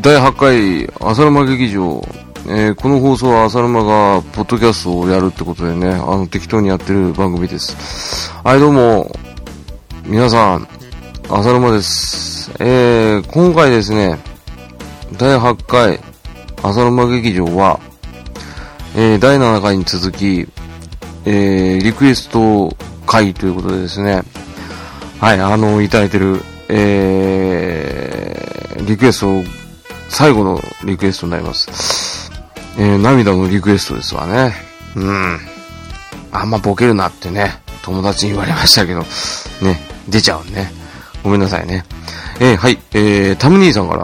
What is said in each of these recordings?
第8回浅沼劇場、この放送は浅沼がポッドキャストをやるってことでね、適当にやってる番組です。はい、どうも皆さん、浅沼です。今回ですね、第8回浅沼劇場は、第7回に続き、リクエスト回ということでですね、はい、いただいてる、リクエスト、最後のリクエストになります。涙のリクエストですわね。あんまボケるなってね、友達に言われましたけど、ね、出ちゃうね。ごめんなさいね。はい、タム兄さんから、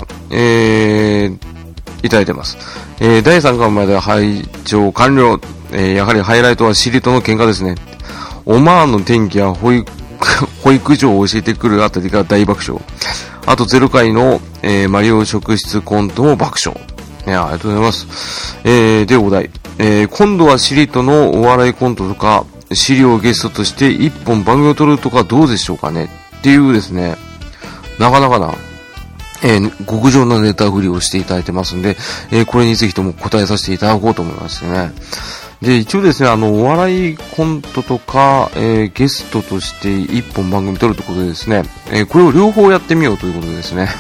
いただいてます。第3巻まで拝聴完了。やはりハイライトはシリとの喧嘩ですね。オマーンの天気や保育所を教えてくるあたりが大爆笑。あと0回の、マリオ職質コントも爆笑。ありがとうございます。で、お題。今度はシリとのお笑いコントとか、シリをゲストとして一本番組を撮るとかどうでしょうかねっていうですね、なかなかな、極上なネタ振りをしていただいてますんで、これにぜひとも答えさせていただこうと思いますね。で、一応ですね、お笑いコントとか、ゲストとして一本番組撮るということでですね、これを両方やってみようということでですね、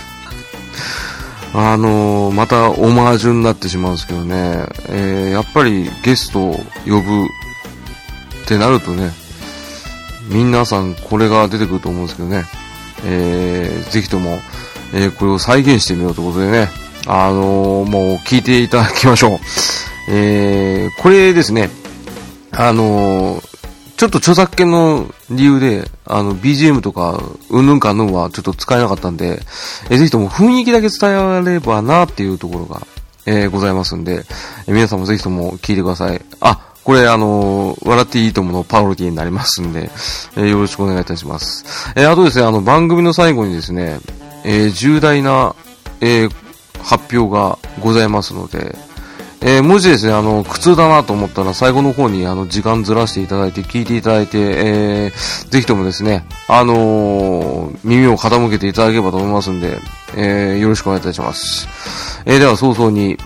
またオマージュになってしまうんですけどね、やっぱりゲストを呼ぶってなるとね、皆さんこれが出てくると思うんですけどね、ぜひとも、これを再現してみようということでね、もう聞いていただきましょう。これですね、ちょっと著作権の理由で、BGM とか、うんぬんかんぬんはちょっと使えなかったんで、ぜひとも雰囲気だけ伝えられればなっていうところが、ございますんで、皆さんもぜひとも聞いてください。これ笑っていいとものパロディになりますんで、よろしくお願いいたします。あとですね、番組の最後にですね、重大な、発表がございますので、もしですね、苦痛だなと思ったら最後の方に時間ずらしていただいて聞いていただいて、ぜひともですね、耳を傾けていただければと思いますんで、よろしくお願いいたします。では早々に、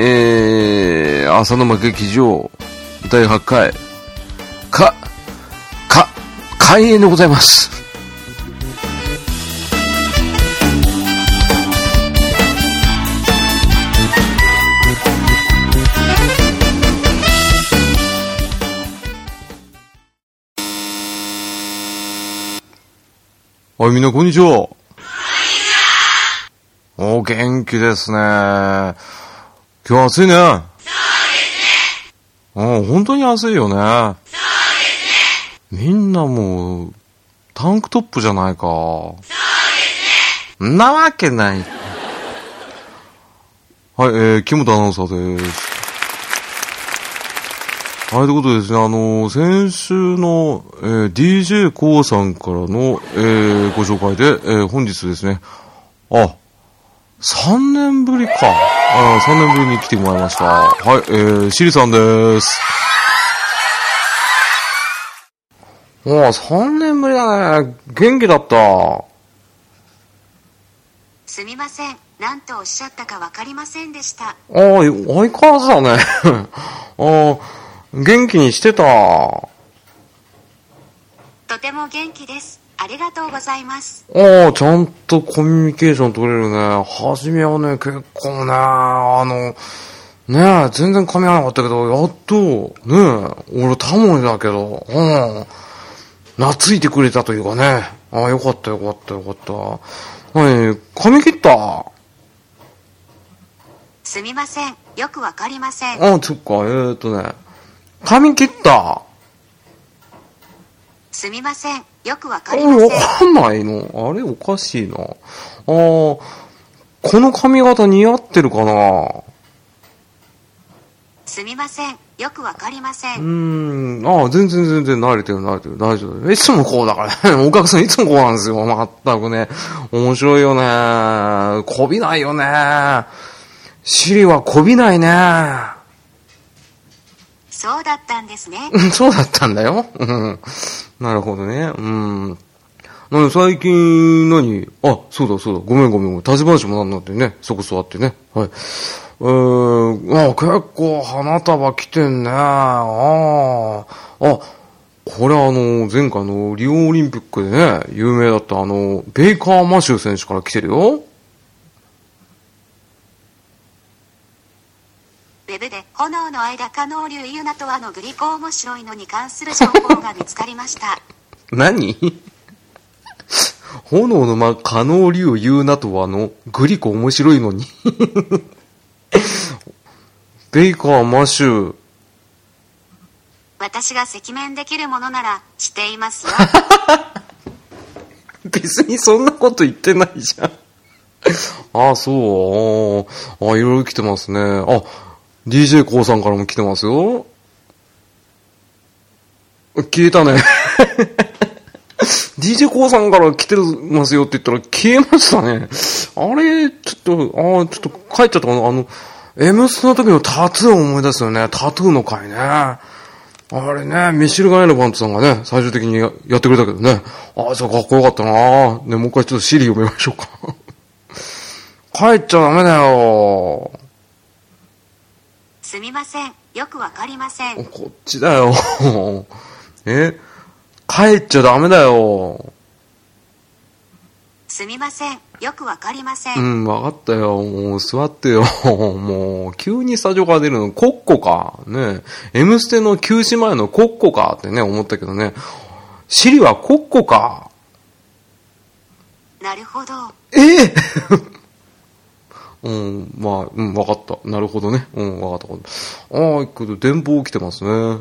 浅沼劇場第8回、開演でございます。はい、みんなこんにちは。元気ですね。今日暑いね。そうですね。本当に暑いよね。そうですね。みんなもう、タンクトップじゃないか。そうですね。んなわけない。はい、木本アナウンサーです。はい、ということでですね、先週の、DJ コウさんからの、ご紹介で、本日ですね、3年ぶりか。3年ぶりに来てもらいました。はい、シリさんです。3年ぶりだね。元気だった。 すみません。何とおっしゃったかわかりませんでした。 相変わらずだね。元気にしてた。 とても元気です。ありがとうございます。 ちゃんとコミュニケーション取れるね。初めはね、結構ね、全然噛み合わなかったけど、やっと、俺タモリだけど、懐いてくれたというかね。よかったよかったよかった。髪切った。 すみません。よくわかりません。 そっか、髪切った。 すみません。よくわかりません。 わかんないの？あれおかしいな。この髪型似合ってるかな？ すみません。よくわかりません。 全然慣れてる、大丈夫。いつもこうだからね。お客さんいつもこうなんですよ。まったくね。面白いよね。こびないよね。シリはこびないね。 そうだったんですね。 そうだったんだよ。なるほどね。 最近あ、そうだ。ごめん。立ち話もなんなってね。そこ座ってね。はい。結構花束来てんね。これ前回リオオリンピックでね、有名だったベイカー・マシュー選手から来てるよ。 ウェブで炎の間可能流ユナとはのグリコ面白いのに関する情報が見つかりました。 何炎の可能流ユナとはのグリコ面白いのにベイカー・マシュー。 私が赤面できるものならしていますよ。 別にそんなこと言ってないじゃん。あ、そう。いろいろ来てますね。DJ コウさんからも来てますよ。消えたね。DJ コウさんから来てますよって言ったら消えましたね。あれ、ちょっと帰っちゃったかな。M ステの時のタトゥーを思い出すよね。タトゥーの回ね。あれね、ミシルガン・エレファントさんがね、最終的にやってくれたけどね。じゃあかっこよかったな。ね、もう一回ちょっとシリ読めましょうか。帰っちゃダメだよ。 すみません。よくわかりません。 こっちだよ。帰っちゃダメだよ。 すみません。よくわかりません。 わかったよ。もう座ってよ。もう、急にスタジオから出るの、コッコか。ね。M ステの休止前のコッコかってね、思ったけどね。シリはコッコか。 なるほど。 わかった。なるほどね。わかった。電報来てますね。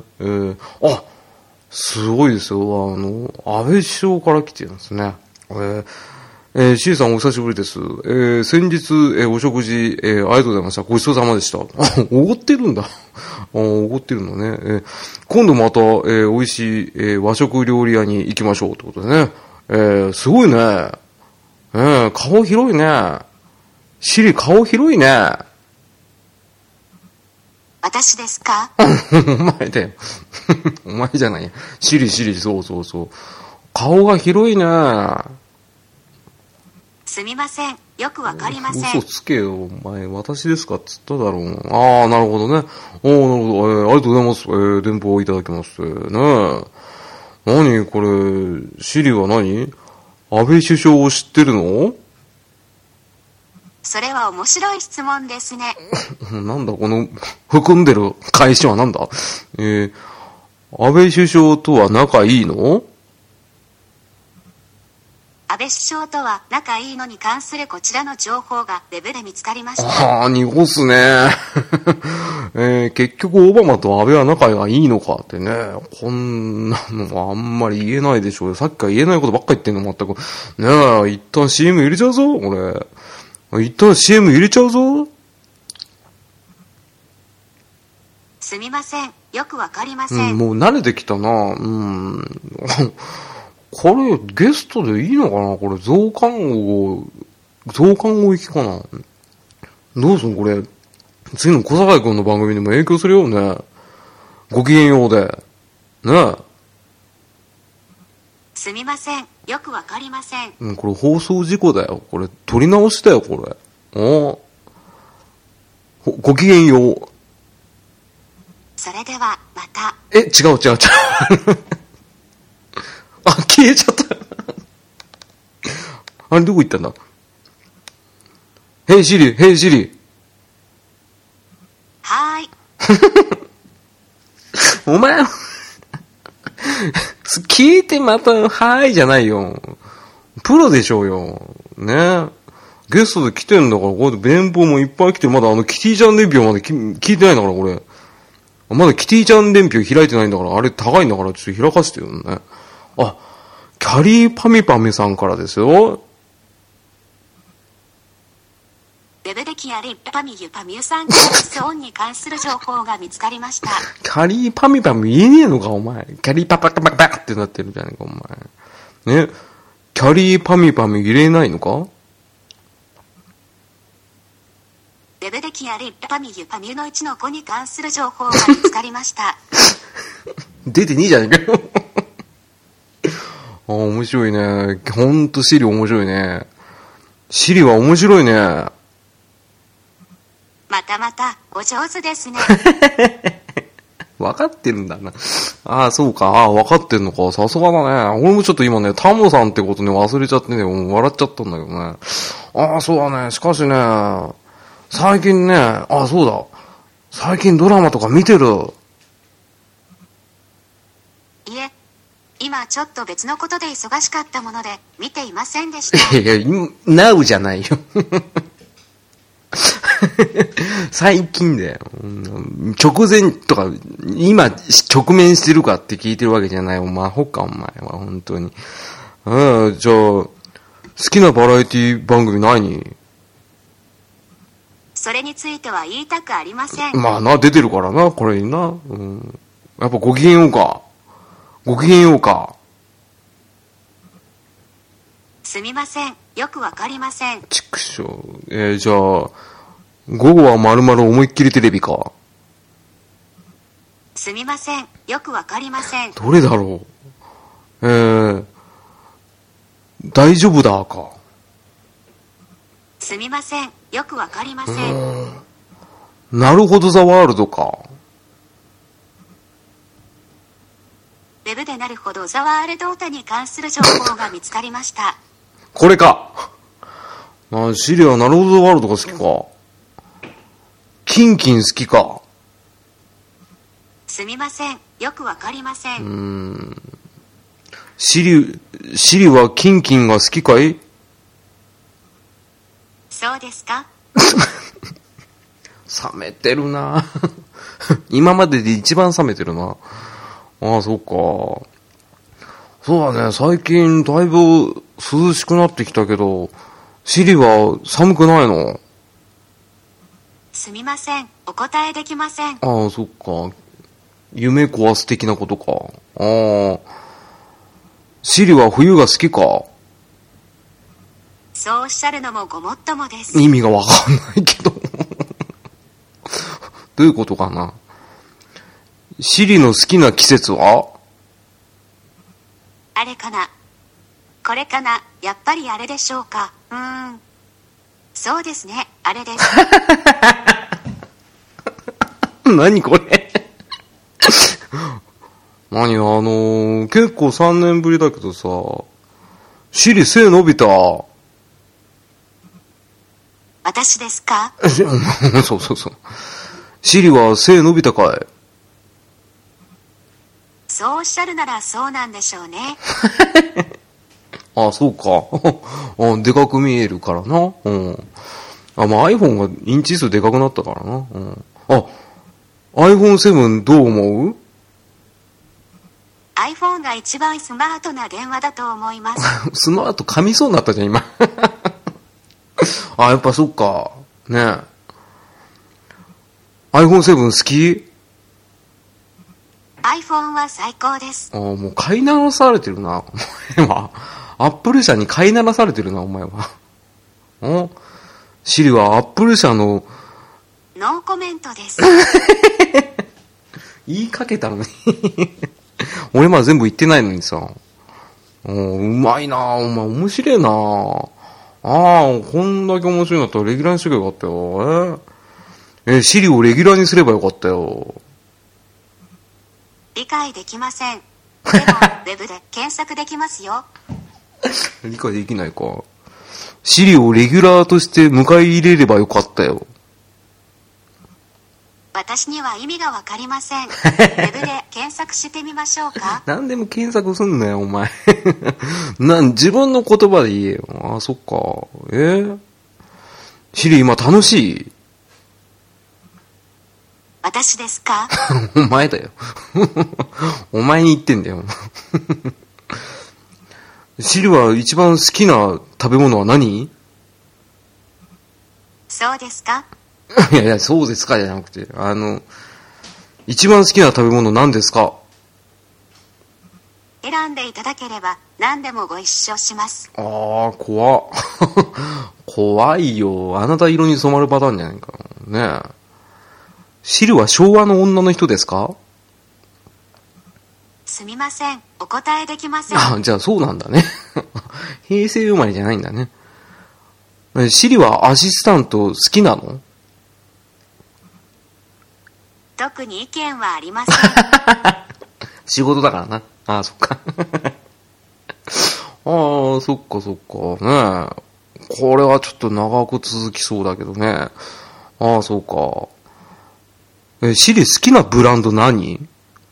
すごいですよ。安倍首相から来てるんですね。C さんお久しぶりです。先日、お食事、ありがとうございました。ごちそうさまでした。おごってるんだ。おごってるのね。今度また、美味しい、和食料理屋に行きましょうってことでね。すごいね。顔広いね。シリ顔広いね。 私ですか？ お前だよ。お前じゃない。シリ、そう。顔が広いね。 すみません。よくわかりません。 嘘つけよ。お前、私ですかって言っただろう。なるほどね。なるほど。ありがとうございます。電報をいただきます。ね何これ、シリは何？安倍首相を知ってるの？ それは面白い質問ですね。 なんだこの含んでる返しはなんだ？安倍首相とは仲いいの？ 安倍首相とは仲いいのに関するこちらの情報がウェブで見つかりました。 濁すね。結局オバマと安倍は仲がいいのかってね。こんなのはあんまり言えないでしょうよ。さっきから言えないことばっかり言ってんの全く。ねえ、一旦 CM 入れちゃうぞ、俺。一旦 CM 入れちゃうぞ。 すみません。よくわかりません。 もう慣れてきたな。これ、ゲストでいいのかなこれ、増刊号行きかなどうすんこれ。次の小坂井くんの番組にも影響するよね。ご機嫌ようで。ねすみません。よくわかりません。 これ放送事故だよ。これ、撮り直しだよ、これ。ご機嫌よう。 それでは、また。 違う。消えちゃった。あれ、どこ行ったんだ？ヘイシリ。 はーい。 お前、聞いてまた、はーいじゃないよ。プロでしょうよ。ね。ゲストで来てんだから、これで電報もいっぱい来て、まだキティちゃん伝票まで聞いてないんだから、これ。まだキティちゃん伝票開いてないんだから、あれ高いんだから、ちょっと開かせてよね。キャリーパミパミさんからですよ。 ウェブでキャリーパミユパミュさんから騒音に関する情報が見つかりました。 キャリーパミパミ言えねえのか、お前。キャリーパパパパパってなってるじゃないか、お前。ね。キャリーパミパミ入れないのか？ ウェブでキャリーパミユパミュの1の子に関する情報が見つかりました。 出てねえじゃねえかよ。 面白いね。ほんとシリ面白いね。シリは面白いね。 またまた、お上手ですね。 分かってるんだな。ああ、そうか。ああ、分かってんのか。さすがだね。俺もちょっと今ね、タモさんってことね、忘れちゃってね、もう笑っちゃったんだけどね。ああ、そうだね。しかしね、最近ね、ああ、そうだ。最近ドラマとか見てる。 いえ、今ちょっと別のことで忙しかったもので、見ていませんでした。 いや、ナウじゃないよ。最近だよ。直前とか、今直面してるかって聞いてるわけじゃない。お前、ほっか、お前は、本当に。じゃあ、好きなバラエティ番組何？ それについては言いたくありません。 まあな、出てるからな、これにな。やっぱごきげんようか。ごきげんようか。 すみません。よくわかりません。 ちくしょう。じゃあ、午後は丸々思いっきりテレビか。 すみません。よくわかりません。 どれだろう。大丈夫だか。 すみません。よくわかりません。 なるほどザワールドか。 ウェブでなるほどザワールドオタに関する情報が見つかりました。 これか。シリはなるほどザワールドが好きか。キンキン好きか。 すみません。よくわかりません。 シリはキンキンが好きかい？ そうですか？ 冷めてるな。今までで一番冷めてるな。ああ、そうか。そうだね、最近だいぶ涼しくなってきたけど、シリは寒くないの？ すみません。お答えできません。 ああ、そっか。夢壊す的なことか。ああ。シリは冬が好きか？ そうおっしゃるのもごもっともです。 意味がわかんないけど。どういうことかな。シリの好きな季節は？ あれかな。これかな。やっぱりあれでしょうか。そうですね。あれです。 何これ。結構3年ぶりだけどさ、シリ背伸びた。 私ですか？ そう。シリは背伸びたかい？ そうおっしゃるならそうなんでしょうね。 あ、そうか。でかく見えるからな。まあ iPhone がインチ数でかくなったからな。iPhone7 どう思う？ iPhone が一番スマートな電話だと思います。 スマート噛みそうになったじゃん、今。やっぱそっか。ねえ。iPhone7 好き？ iPhone は最高です。 もう飼いならされてるな。お前は。アップル社に飼いならされてるな、お前は。シリはアップル社のノーコメントです。 言いかけたのに。俺まだ全部言ってないのにさ。うまいなお前面白いなこんだけ面白いんだったらレギュラーにしとけばよかったよ。シリをレギュラーにすればよかったよ。 理解できません。でも、ウェブで検索できますよ。 理解できないか。シリをレギュラーとして迎え入れればよかったよ。 私には意味がわかりません。ウェブで検索してみましょうか。 何でも検索すんなよ、お前。自分の言葉で言えよ。そっか。シリ今楽しい？ 私ですか？ お前だよ。お前に言ってんだよ。シリは一番好きな食べ物は何？ そうですか？ いや、そうですかじゃなくて、一番好きな食べ物何ですか？ 選んでいただければ何でもご一緒します。 怖っ。怖いよ。あなた色に染まるパターンじゃないか。ねえ。シリは昭和の女の人ですか？ すみません。お答えできません。 あ、じゃあそうなんだね。平成生まれじゃないんだね。シリはアシスタント好きなの？ 特に意見はありません。 仕事だからな。ああ、そっか。ああ、そっかそっか。ねえ。これはちょっと長く続きそうだけどね。ああ、そうか。シリ好きなブランド何？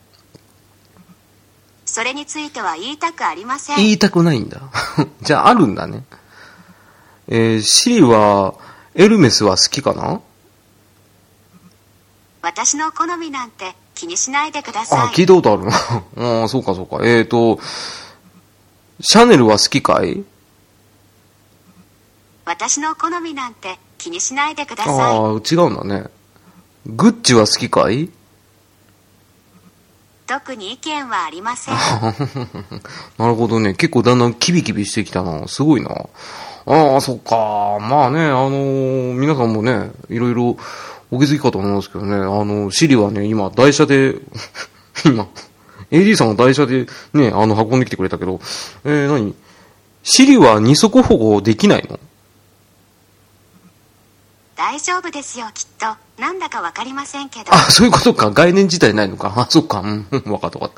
それについては言いたくありません。 言いたくないんだ。じゃああるんだね。シリはエルメスは好きかな？ 私の好みなんて気にしないでください。 あ、聞いたことあるな。ああ、そうかそうか。シャネルは好きかい？ 私の好みなんて気にしないでください。 ああ、違うんだね。グッチは好きかい？ 特に意見はありません。 なるほどね。結構だんだんキビキビしてきたな。すごいな。ああ、そっか。まあね、皆さんもね、いろいろお気づきかと思いますけどね、シリはね、今、台車で、今、AD さんが台車でね、運んできてくれたけど、何？シリは二足歩行できないの？ 大丈夫ですよ、きっと。なんだかわかりませんけど。 あ、そういうことか。概念自体ないのか。あ、そっか。うん、わかったわかった。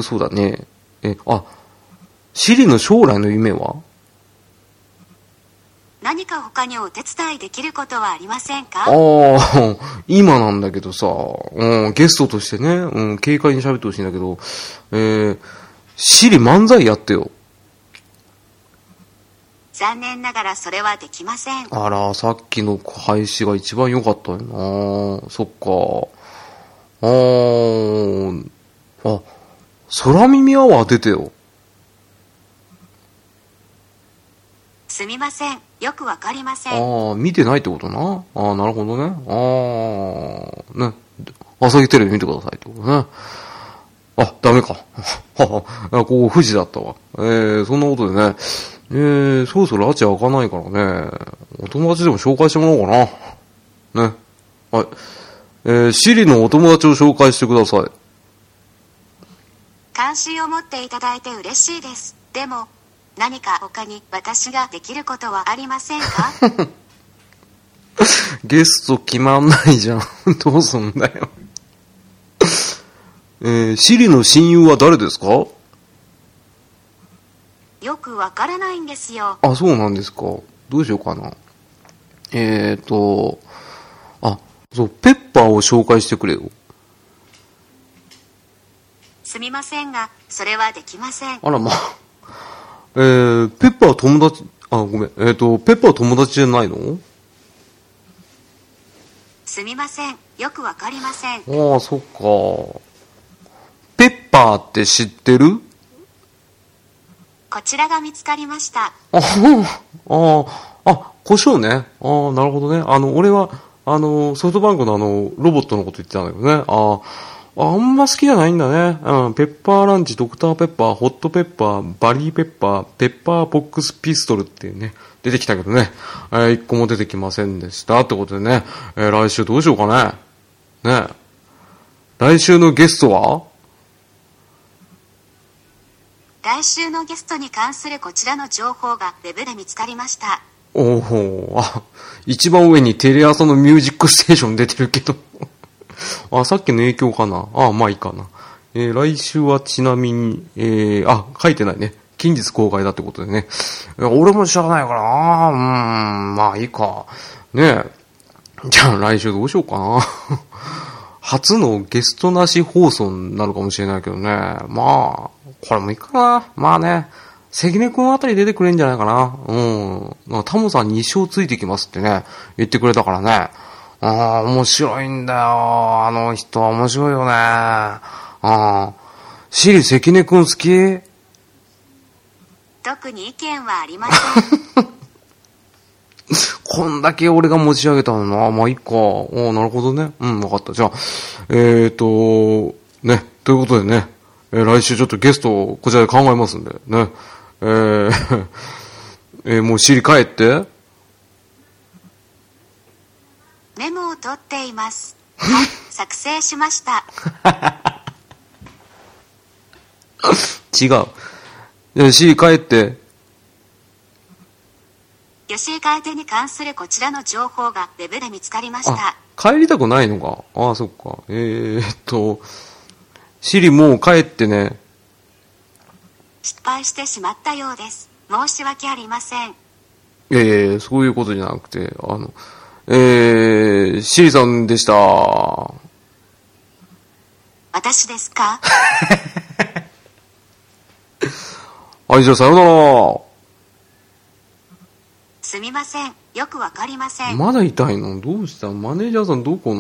そうだね。シリの将来の夢は？ 何か他にお手伝いできることはありませんか？ ああ、今なんだけどさ、ゲストとしてね、軽快に喋ってほしいんだけど、シリ漫才やってよ。 残念ながらそれはできません。 あら、さっきの配信が一番良かったよな。そっか。空耳アワー出てよ。 すみません。よくわかりません。 見てないってことな。なるほどね。ね。朝日テレビ見てくださいってことね。ダメか。ここ富士だったわ。そんなことでね。そろそろ拉致開かないからね。お友達でも紹介してもらおうかな。ね。はい。シリのお友達を紹介してください。 関心を持っていただいて嬉しいです。でも、何か他に私ができることはありませんか？ ゲスト決まんないじゃん。どうすんだよ。シリの親友は誰ですか？ よくわからないんですよ。 あ、そうなんですか。どうしようかな。そう、ペッパーを紹介してくれよ。 すみませんが、それはできません。 あら、まあ。ペッパーは友達、ごめん。ペッパーは友達じゃないの？ すみません。よくわかりません。 ああ、そっか。ペッパーって知ってる？ こちらが見つかりました。 胡椒ね。なるほどね。俺は、ソフトバンクのロボットのこと言ってたんだけどね。あんま好きじゃないんだね。ペッパーランチ、ドクターペッパー、ホットペッパー、バリーペッパー、ペッパーボックスピストルっていうね、出てきたけどね。一個も出てきませんでした。ってことでね、来週どうしようかね。ね。来週のゲストは？ 来週のゲストに関するこちらの情報がウェブで見つかりました。 一番上にテレ朝のミュージックステーション出てるけど。さっきの影響かな。まあいいかな。来週はちなみに、書いてないね。近日公開だってことでね。俺も知らないからな。まあいいか。ねえ。じゃあ来週どうしようかな。初のゲストなし放送になるかもしれないけどね。まあ、これもいいかな。まあね。関根くんあたり出てくれんじゃないかな。タモさん2勝ついてきますってね、言ってくれたからね。面白いんだよ。あの人は面白いよね。シリ関根くん好き？ 特に意見はありません。 こんだけ俺が持ち上げたのな。まあいいか。なるほどね。わかった。じゃあ、ね、ということでね、来週ちょっとゲストをこちらで考えますんで、ね。もうシリ帰って。 メモを取っています。はい、作成しました。 違う。吉井帰って。 吉井楓に関するこちらの情報がウェブで見つかりました。 帰りたくないのか。ああ、そっか。シリもう帰ってね。 失敗してしまったようです。申し訳ありません。 そういうことじゃなくて、シリさんでした。 私ですか？ はい、じゃあさよなら。 すみません。よくわかりません。 まだ痛いの？どうした？マネージャーさんどこ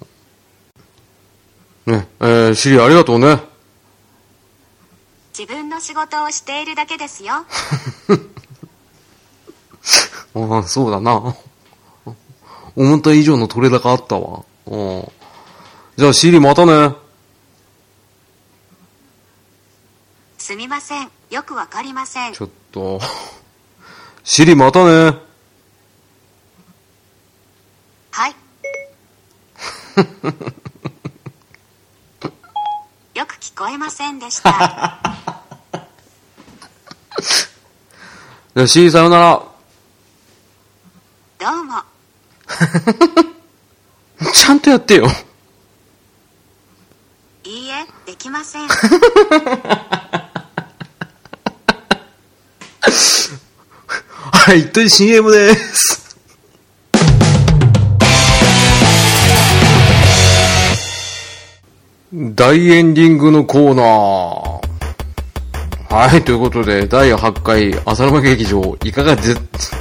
な？ね、シリありがとうね。 自分の仕事をしているだけですよ。 ああ、そうだな。思った以上の取れ高あったわ。じゃあシリまたね。 すみません。よくわかりません。 ちょっと。シリまたね。 はい。よく聞こえませんでした。 じゃあシリさよなら。 どうも。 ちゃんとやってよ。 いいえ、できません。 はい、一旦 CM です。大エンディングのコーナー。はい、ということで、第8回浅沼劇場、いかがで、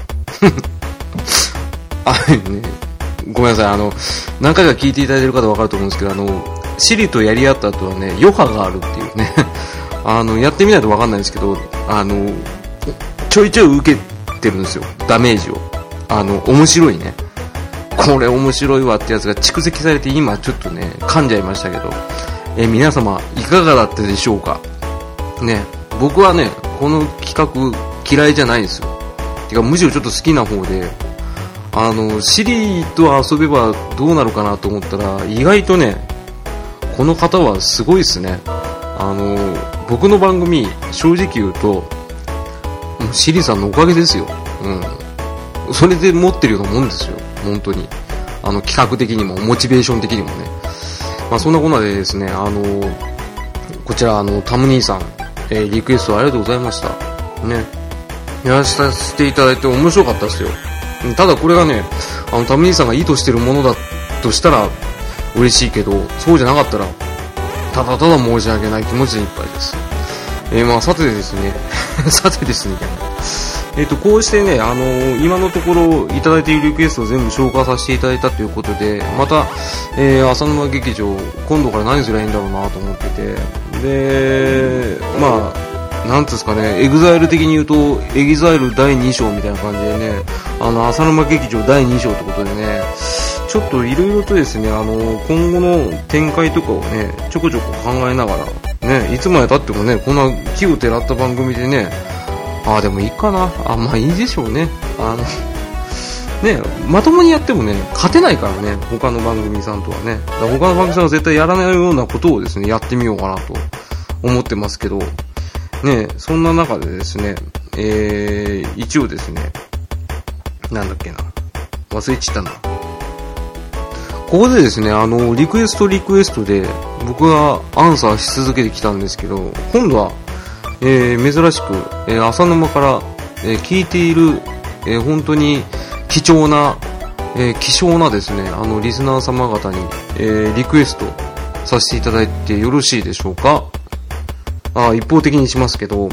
ね、ごめんなさい、何回か聞いていただいてる方わかると思うんですけど、シリとやり合った後はね、余波があるっていうね、やってみないとわかんないんですけど、ちょいちょい受けてるんですよ、ダメージを。面白いね。これ面白いわってやつが蓄積されて今ちょっとね、噛んじゃいましたけど、皆様いかがだったでしょうかね。僕はね、この企画嫌いじゃないんですよ。てかむしろちょっと好きな方で、シリと遊べばどうなるかなと思ったら、意外とね、この方はすごいですね。僕の番組正直言うと、シリさんのおかげですよ。それで持ってるようなもんですよ。本当に。企画的にも、モチベーション的にもね。まあそんなこんなでですね、こちらタム兄さん、リクエストありがとうございました。ね。やらさせていただいて面白かったですよ。ただこれがね、タム兄さんが意図してるものだとしたら嬉しいけど、そうじゃなかったら、ただただ申し訳ない気持ちでいっぱいです。まあさてですね、さてですね、こうしてね、今のところいただいているリクエストを全部紹介させていただいたということで、また、浅沼劇場、今度から何すればいいんだろうなと思ってて、で、まあ、なんつうんですかね、エグザイル的に言うと、エグザイル第2章みたいな感じでね、浅沼劇場第2章ってことでね、ちょっといろいろとですね、今後の展開とかをね、ちょこちょこ考えながら、ね、いつまで経ってもね、こんな奇をてらった番組でね、でもいいかな。まあいいでしょうね。ね、まともにやってもね、勝てないからね、他の番組さんとはね。だから他の番組さんは絶対やらないようなことをですね、やってみようかなと思ってますけど、ね、そんな中でですね、一応ですね、なんだっけな。忘れちゃったな。ここでですね、リクエストで、僕がアンサーし続けてきたんですけど、今度は、珍しく、浅沼から、聞いている、本当に希少なですね、リスナー様方に、リクエストさせていただいてよろしいでしょうか。一方的にしますけど、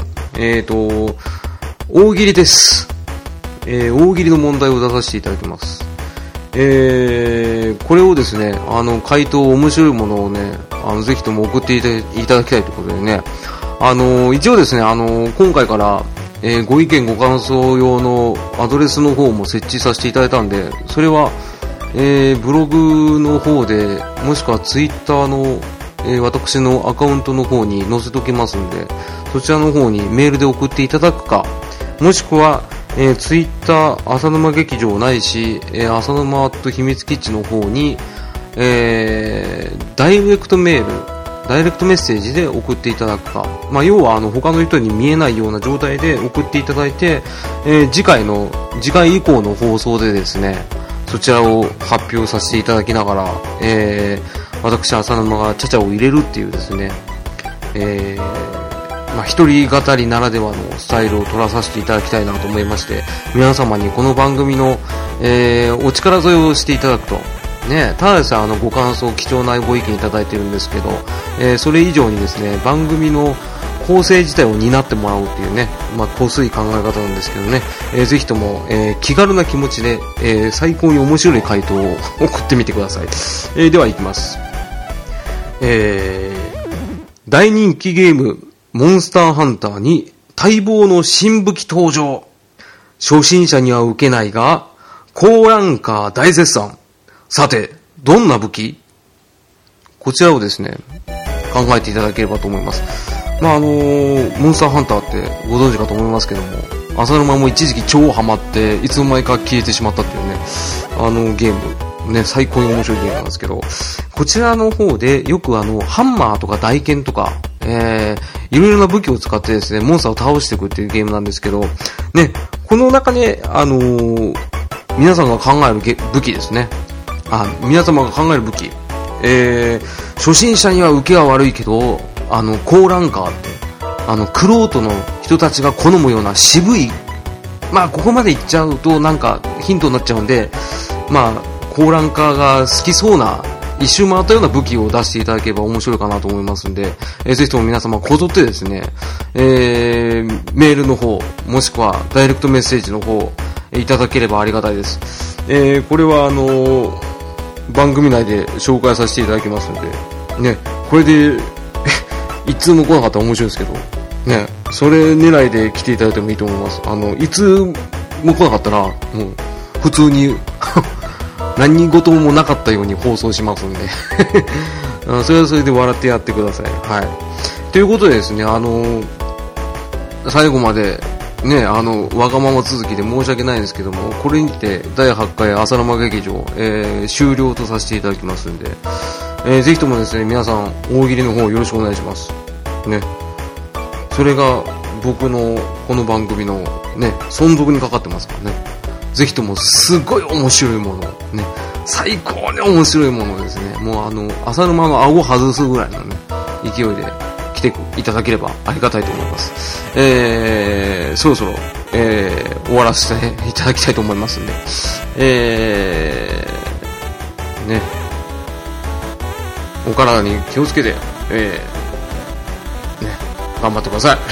大喜利です。大喜利の問題を出させていただきます。これをですね、回答面白いものをね、ぜひとも送っていただきたいということでね、一応ですね、今回から、ご意見ご感想用のアドレスの方も設置させていただいたんで、それは、ブログの方で、もしくはツイッターの、私のアカウントの方に載せときますんで、そちらの方にメールで送っていただくか、もしくは、ツイッター浅沼劇場ないし、浅沼秘密基地の方に、ダイレクトメールダイレクトメッセージで送っていただくか、要は他の人に見えないような状態で送っていただいて、次回以降の放送でですね、そちらを発表させていただきながら、私浅沼がチャチャを入れるっていうですね、一人語りならではのスタイルを取らさせていただきたいなと思いまして、皆様にこの番組の、お力添えをしていただくとね、ただでさえご感想、貴重なご意見いただいてるんですけど、それ以上にですね、番組の構成自体を担ってもらおうっていうね、濃い考え方なんですけどね、ぜひとも、気軽な気持ちで、最高に面白い回答を送ってみてください。では行きます。大人気ゲームモンスターハンターに待望の新武器登場。初心者には受けないが高ランカー大絶賛。さてどんな武器？こちらをですね考えていただければと思います。モンスターハンターってご存知かと思いますけども、浅沼も一時期超ハマっていつの間にか消えてしまったっていうね、ゲームね、最高に面白いゲームなんですけど、こちらの方でよくハンマーとか大剣とか、いろいろな武器を使ってですね、モンスターを倒していくっていうゲームなんですけど、ね、この中で、皆さんが考える武器ですね。皆様が考える武器。初心者には受けは悪いけど、高ランカーって、クロートの人たちが好むような渋い、ここまでいっちゃうとなんかヒントになっちゃうんで、高ランカーが好きそうな一周回ったような武器を出していただければ面白いかなと思いますんで、ぜひとも皆様こぞってですね、メールの方もしくはダイレクトメッセージの方いただければありがたいです。これは番組内で紹介させていただきますのでね、これで一通も来なかったら面白いですけどね、それ狙いで来ていただいてもいいと思います。いつも来なかったらもう普通に何事もなかったように放送しますんでそれはそれで笑ってやってください。はい。ということでですね、最後までね、わがまま続きで申し訳ないんですけども、これにて第8回浅沼劇場、終了とさせていただきますんで、ぜひともですね、皆さん大喜利の方よろしくお願いしますね。それが僕のこの番組のね、存続にかかってますからね。ぜひともすごい面白いものね、最高に面白いものですね、もう浅沼の顎外すぐらいのね勢いで来ていただければありがたいと思います。そろそろ、終わらせていただきたいと思いますんで、ね、お体に気をつけて、ね、頑張ってください。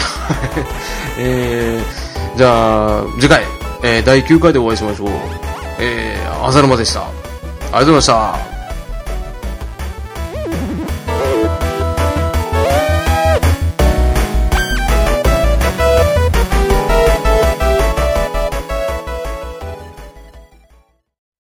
じゃあ次回第9回でお会いしましょう。浅沼でした。ありがとうございました。